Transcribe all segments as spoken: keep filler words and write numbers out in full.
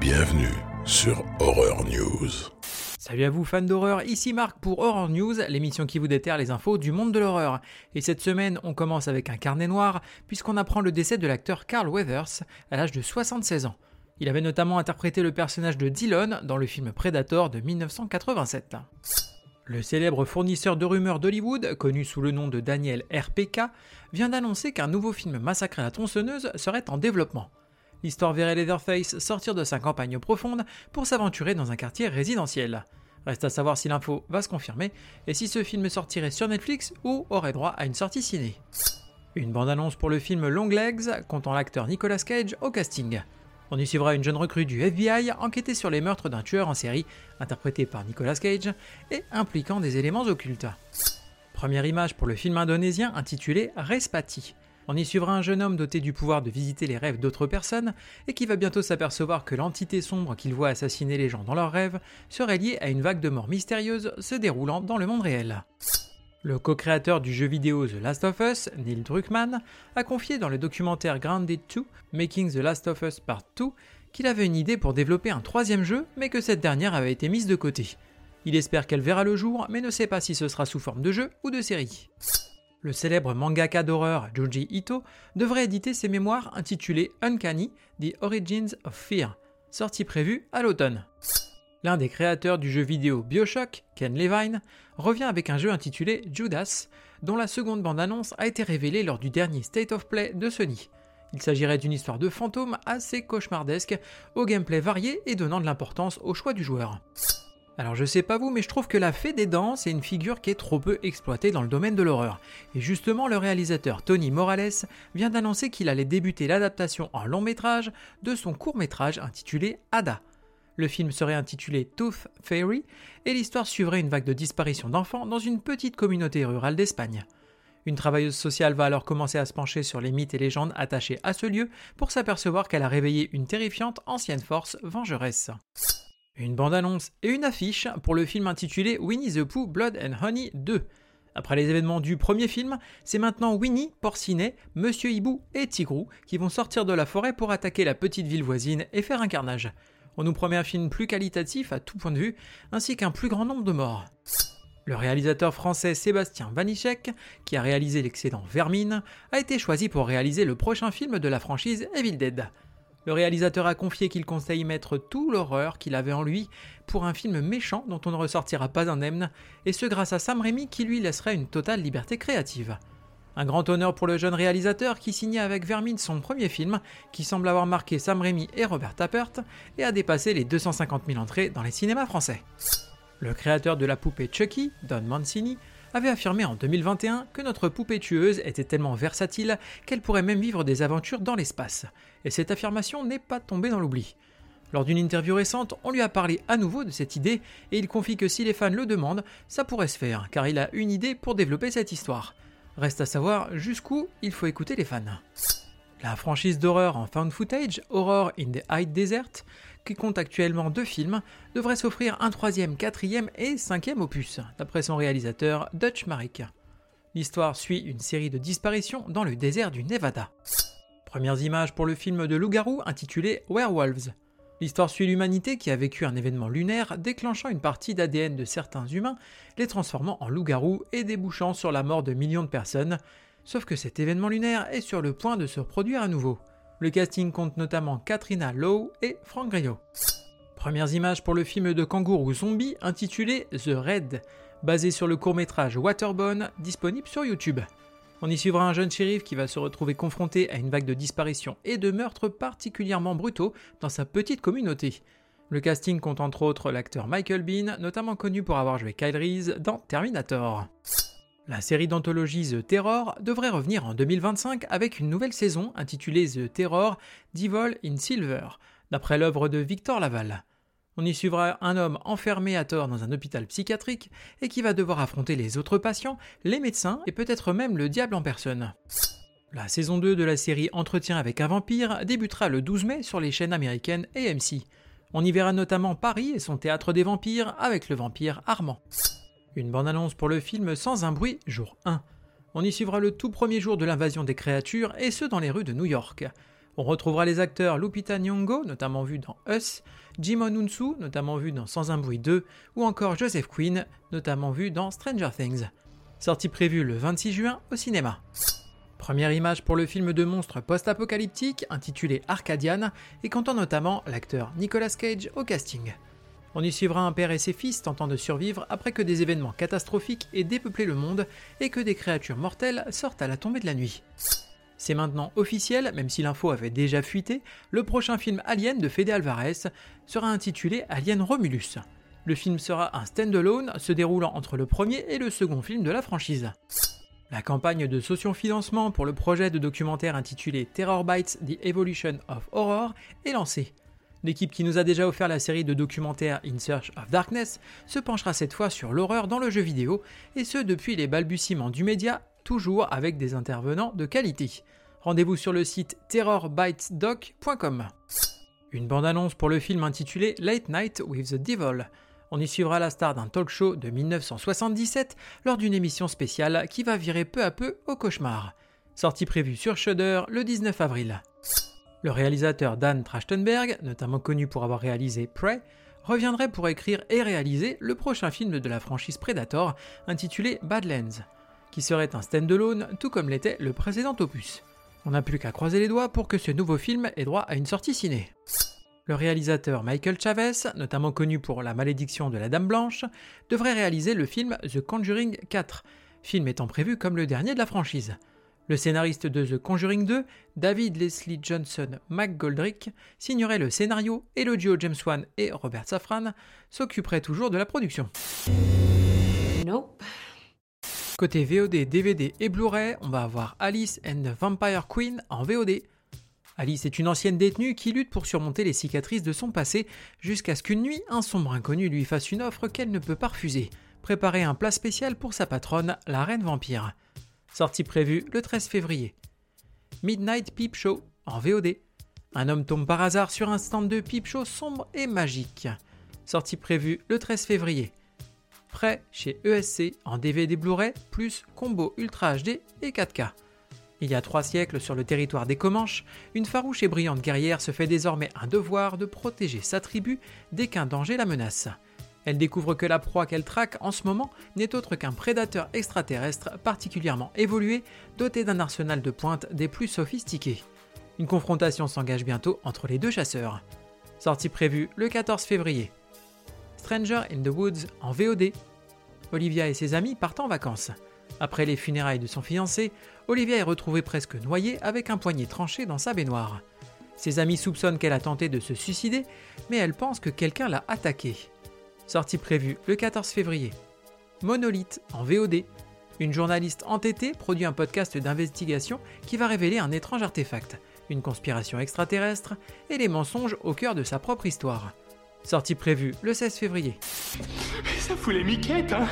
Bienvenue sur Horror News. Salut à vous fans d'horreur, ici Marc pour Horror News, l'émission qui vous déterre les infos du monde de l'horreur. Et cette semaine, on commence avec un carnet noir, puisqu'on apprend le décès de l'acteur Carl Weathers à l'âge de soixante-seize ans. Il avait notamment interprété le personnage de Dillon dans le film Predator de dix-neuf cent quatre-vingt-sept. Le célèbre fournisseur de rumeurs d'Hollywood, connu sous le nom de Daniel R P K, vient d'annoncer qu'un nouveau film Massacre à la tronçonneuse serait en développement. L'histoire verrait Leatherface sortir de sa campagne profonde pour s'aventurer dans un quartier résidentiel. Reste à savoir si l'info va se confirmer et si ce film sortirait sur Netflix ou aurait droit à une sortie ciné. Une bande-annonce pour le film Longlegs comptant l'acteur Nicolas Cage au casting. On y suivra une jeune recrue du F B I enquêter sur les meurtres d'un tueur en série, interprété par Nicolas Cage, et impliquant des éléments occultes. Première image pour le film indonésien intitulé Respati. On y suivra un jeune homme doté du pouvoir de visiter les rêves d'autres personnes et qui va bientôt s'apercevoir que l'entité sombre qu'il voit assassiner les gens dans leurs rêves serait liée à une vague de morts mystérieuses se déroulant dans le monde réel. Le co-créateur du jeu vidéo The Last of Us, Neil Druckmann, a confié dans le documentaire Grounded deux, Making The Last of Us Part deux, qu'il avait une idée pour développer un troisième jeu, mais que cette dernière avait été mise de côté. Il espère qu'elle verra le jour, mais ne sait pas si ce sera sous forme de jeu ou de série. Le célèbre mangaka d'horreur Junji Ito devrait éditer ses mémoires intitulées Uncanny, The Origins of Fear, sortie prévue à l'automne. L'un des créateurs du jeu vidéo BioShock, Ken Levine, revient avec un jeu intitulé Judas, dont la seconde bande-annonce a été révélée lors du dernier State of Play de Sony. Il s'agirait d'une histoire de fantôme assez cauchemardesque, au gameplay varié et donnant de l'importance au choix du joueur. Alors je sais pas vous, mais je trouve que la Fée des Dents, c'est une figure qui est trop peu exploitée dans le domaine de l'horreur. Et justement, le réalisateur Tony Morales vient d'annoncer qu'il allait débuter l'adaptation en long métrage de son court métrage intitulé Ada. Le film serait intitulé Tooth Fairy et l'histoire suivrait une vague de disparition d'enfants dans une petite communauté rurale d'Espagne. Une travailleuse sociale va alors commencer à se pencher sur les mythes et légendes attachés à ce lieu pour s'apercevoir qu'elle a réveillé une terrifiante ancienne force vengeresse. Une bande-annonce et une affiche pour le film intitulé Winnie the Pooh Blood and Honey deux. Après les événements du premier film, c'est maintenant Winnie, Porcinet, Monsieur Hibou et Tigrou qui vont sortir de la forêt pour attaquer la petite ville voisine et faire un carnage. On nous promet un film plus qualitatif à tout point de vue, ainsi qu'un plus grand nombre de morts. Le réalisateur français Sébastien Vanitschek, qui a réalisé l'excellent Vermine, a été choisi pour réaliser le prochain film de la franchise Evil Dead. Le réalisateur a confié qu'il comptait y mettre tout l'horreur qu'il avait en lui pour un film méchant dont on ne ressortira pas indemne, et ce grâce à Sam Raimi qui lui laisserait une totale liberté créative. Un grand honneur pour le jeune réalisateur qui signait avec Vermine son premier film, qui semble avoir marqué Sam Raimi et Robert Tappert, et a dépassé les deux cent cinquante mille entrées dans les cinémas français. Le créateur de la poupée Chucky, Don Mancini, avait affirmé en deux mille vingt et un que notre poupée tueuse était tellement versatile qu'elle pourrait même vivre des aventures dans l'espace. Et cette affirmation n'est pas tombée dans l'oubli. Lors d'une interview récente, on lui a parlé à nouveau de cette idée et il confie que si les fans le demandent, ça pourrait se faire, car il a une idée pour développer cette histoire. Reste à savoir jusqu'où il faut écouter les fans. La franchise d'horreur en found footage, Horror in the High Desert, qui compte actuellement deux films, devrait s'offrir un troisième, quatrième et cinquième opus, d'après son réalisateur Dutch Marik. L'histoire suit une série de disparitions dans le désert du Nevada. Premières images pour le film de loup-garou intitulé Werewolves. L'histoire suit l'humanité qui a vécu un événement lunaire déclenchant une partie d'A D N de certains humains, les transformant en loup-garou et débouchant sur la mort de millions de personnes, sauf que cet événement lunaire est sur le point de se reproduire à nouveau. Le casting compte notamment Katrina Lowe et Frank Grillo. Premières images pour le film de kangourou zombie intitulé The Raid, basé sur le court-métrage Waterborne, disponible sur YouTube. On y suivra un jeune shérif qui va se retrouver confronté à une vague de disparitions et de meurtres particulièrement brutaux dans sa petite communauté. Le casting compte entre autres l'acteur Michael Biehn, notamment connu pour avoir joué Kyle Reese dans Terminator. La série d'anthologie The Terror devrait revenir en deux mille vingt-cinq avec une nouvelle saison intitulée The Terror Devil in Silver, d'après l'œuvre de Victor Laval. On y suivra un homme enfermé à tort dans un hôpital psychiatrique et qui va devoir affronter les autres patients, les médecins et peut-être même le diable en personne. La saison deux de la série Entretien avec un vampire débutera le douze mai sur les chaînes américaines A M C. On y verra notamment Paris et son théâtre des vampires avec le vampire Armand. Une bande-annonce pour le film Sans un bruit, jour un. On y suivra le tout premier jour de l'invasion des créatures, et ce dans les rues de New York. On retrouvera les acteurs Lupita Nyong'o, notamment vu dans Us, Jimon Unsu, notamment vu dans Sans un bruit deux, ou encore Joseph Quinn, notamment vu dans Stranger Things. Sortie prévue le vingt-six juin au cinéma. Première image pour le film de monstre post-apocalyptique intitulé Arcadian et comptant notamment l'acteur Nicolas Cage au casting. On y suivra un père et ses fils tentant de survivre après que des événements catastrophiques aient dépeuplé le monde et que des créatures mortelles sortent à la tombée de la nuit. C'est maintenant officiel, même si l'info avait déjà fuité, le prochain film Alien de Fede Alvarez sera intitulé Alien Romulus. Le film sera un stand-alone se déroulant entre le premier et le second film de la franchise. La campagne de socio-financement pour le projet de documentaire intitulé Terror Bites: The Evolution of Horror est lancée. L'équipe qui nous a déjà offert la série de documentaires In Search of Darkness se penchera cette fois sur l'horreur dans le jeu vidéo, et ce depuis les balbutiements du média, toujours avec des intervenants de qualité. Rendez-vous sur le site terror bites doc point com. Une bande-annonce pour le film intitulé Late Night with the Devil. On y suivra la star d'un talk show de dix-neuf cent soixante-dix-sept lors d'une émission spéciale qui va virer peu à peu au cauchemar. Sortie prévue sur Shudder le dix-neuf avril. Le réalisateur Dan Trachtenberg, notamment connu pour avoir réalisé Prey, reviendrait pour écrire et réaliser le prochain film de la franchise Predator intitulé Badlands, qui serait un stand-alone tout comme l'était le précédent opus. On n'a plus qu'à croiser les doigts pour que ce nouveau film ait droit à une sortie ciné. Le réalisateur Michael Chavez, notamment connu pour La malédiction de la Dame Blanche, devrait réaliser le film The Conjuring quatre, film étant prévu comme le dernier de la franchise. Le scénariste de The Conjuring deux, David Leslie Johnson McGoldrick, signerait le scénario et le duo James Wan et Robert Safran s'occuperait toujours de la production. Nope. Côté V O D, D V D et Blu-ray, on va avoir Alice and the Vampire Queen en V O D. Alice est une ancienne détenue qui lutte pour surmonter les cicatrices de son passé jusqu'à ce qu'une nuit, un sombre inconnu lui fasse une offre qu'elle ne peut pas refuser. Préparer un plat spécial pour sa patronne, la reine vampire. Sortie prévue le treize février. Midnight Peep Show en V O D. Un homme tombe par hasard sur un stand de peep show sombre et magique. Sortie prévue le treize février. Prêt chez E S C en D V D Blu-ray plus combo Ultra H D et quatre K. Il y a trois siècles, sur le territoire des Comanches, une farouche et brillante guerrière se fait désormais un devoir de protéger sa tribu dès qu'un danger la menace. Elle découvre que la proie qu'elle traque en ce moment n'est autre qu'un prédateur extraterrestre particulièrement évolué, doté d'un arsenal de pointe des plus sophistiqués. Une confrontation s'engage bientôt entre les deux chasseurs. Sortie prévue le quatorze février. Stranger in the Woods en V O D. Olivia et ses amis partent en vacances. Après les funérailles de son fiancé, Olivia est retrouvée presque noyée avec un poignet tranché dans sa baignoire. Ses amis soupçonnent qu'elle a tenté de se suicider, mais elle pense que quelqu'un l'a attaquée. Sortie prévue le quatorze février. Monolith en V O D. Une journaliste entêtée produit un podcast d'investigation qui va révéler un étrange artefact, une conspiration extraterrestre et les mensonges au cœur de sa propre histoire. Sortie prévue le seize février. Ça fout les miquettes, hein.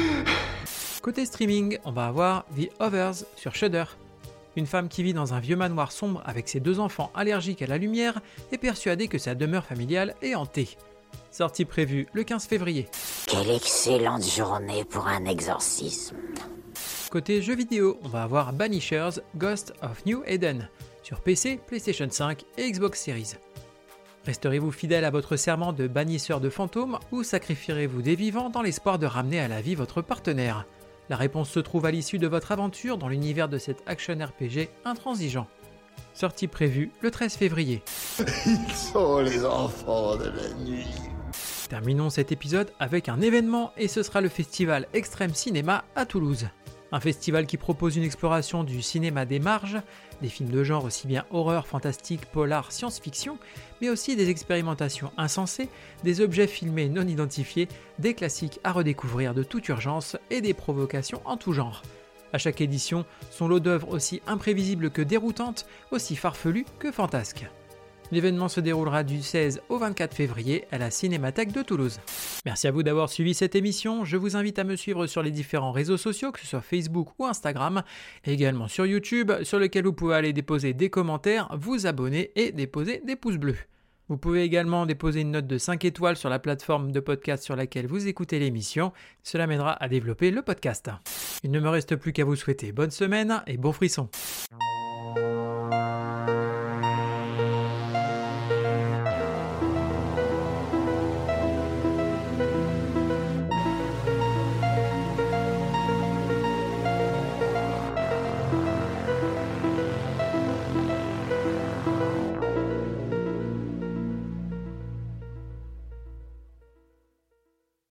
Côté streaming, on va avoir The Others sur Shudder. Une femme qui vit dans un vieux manoir sombre avec ses deux enfants allergiques à la lumière est persuadée que sa demeure familiale est hantée. Sortie prévue le quinze février. Quelle excellente journée pour un exorcisme. Côté jeux vidéo, on va avoir Banishers Ghost of New Eden sur P C, PlayStation cinq et Xbox Series. Resterez-vous fidèle à votre serment de bannisseur de fantômes ou sacrifierez-vous des vivants dans l'espoir de ramener à la vie votre partenaire ? La réponse se trouve à l'issue de votre aventure dans l'univers de cet action R P G intransigeant. Sortie prévue le treize février. Ils sont les enfants de la nuit. Terminons cet épisode avec un événement et ce sera le festival Extrême Cinéma à Toulouse. Un festival qui propose une exploration du cinéma des marges, des films de genre aussi bien horreur, fantastique, polar, science-fiction, mais aussi des expérimentations insensées, des objets filmés non identifiés, des classiques à redécouvrir de toute urgence et des provocations en tout genre. À chaque édition, son lot d'œuvres aussi imprévisibles que déroutantes, aussi farfelues que fantasques. L'événement se déroulera du seize au vingt-quatre février à la Cinémathèque de Toulouse. Merci à vous d'avoir suivi cette émission. Je vous invite à me suivre sur les différents réseaux sociaux, que ce soit Facebook ou Instagram, et également sur YouTube, sur lequel vous pouvez aller déposer des commentaires, vous abonner et déposer des pouces bleus. Vous pouvez également déposer une note de cinq étoiles sur la plateforme de podcast sur laquelle vous écoutez l'émission. Cela m'aidera à développer le podcast. Il ne me reste plus qu'à vous souhaiter bonne semaine et bon frisson.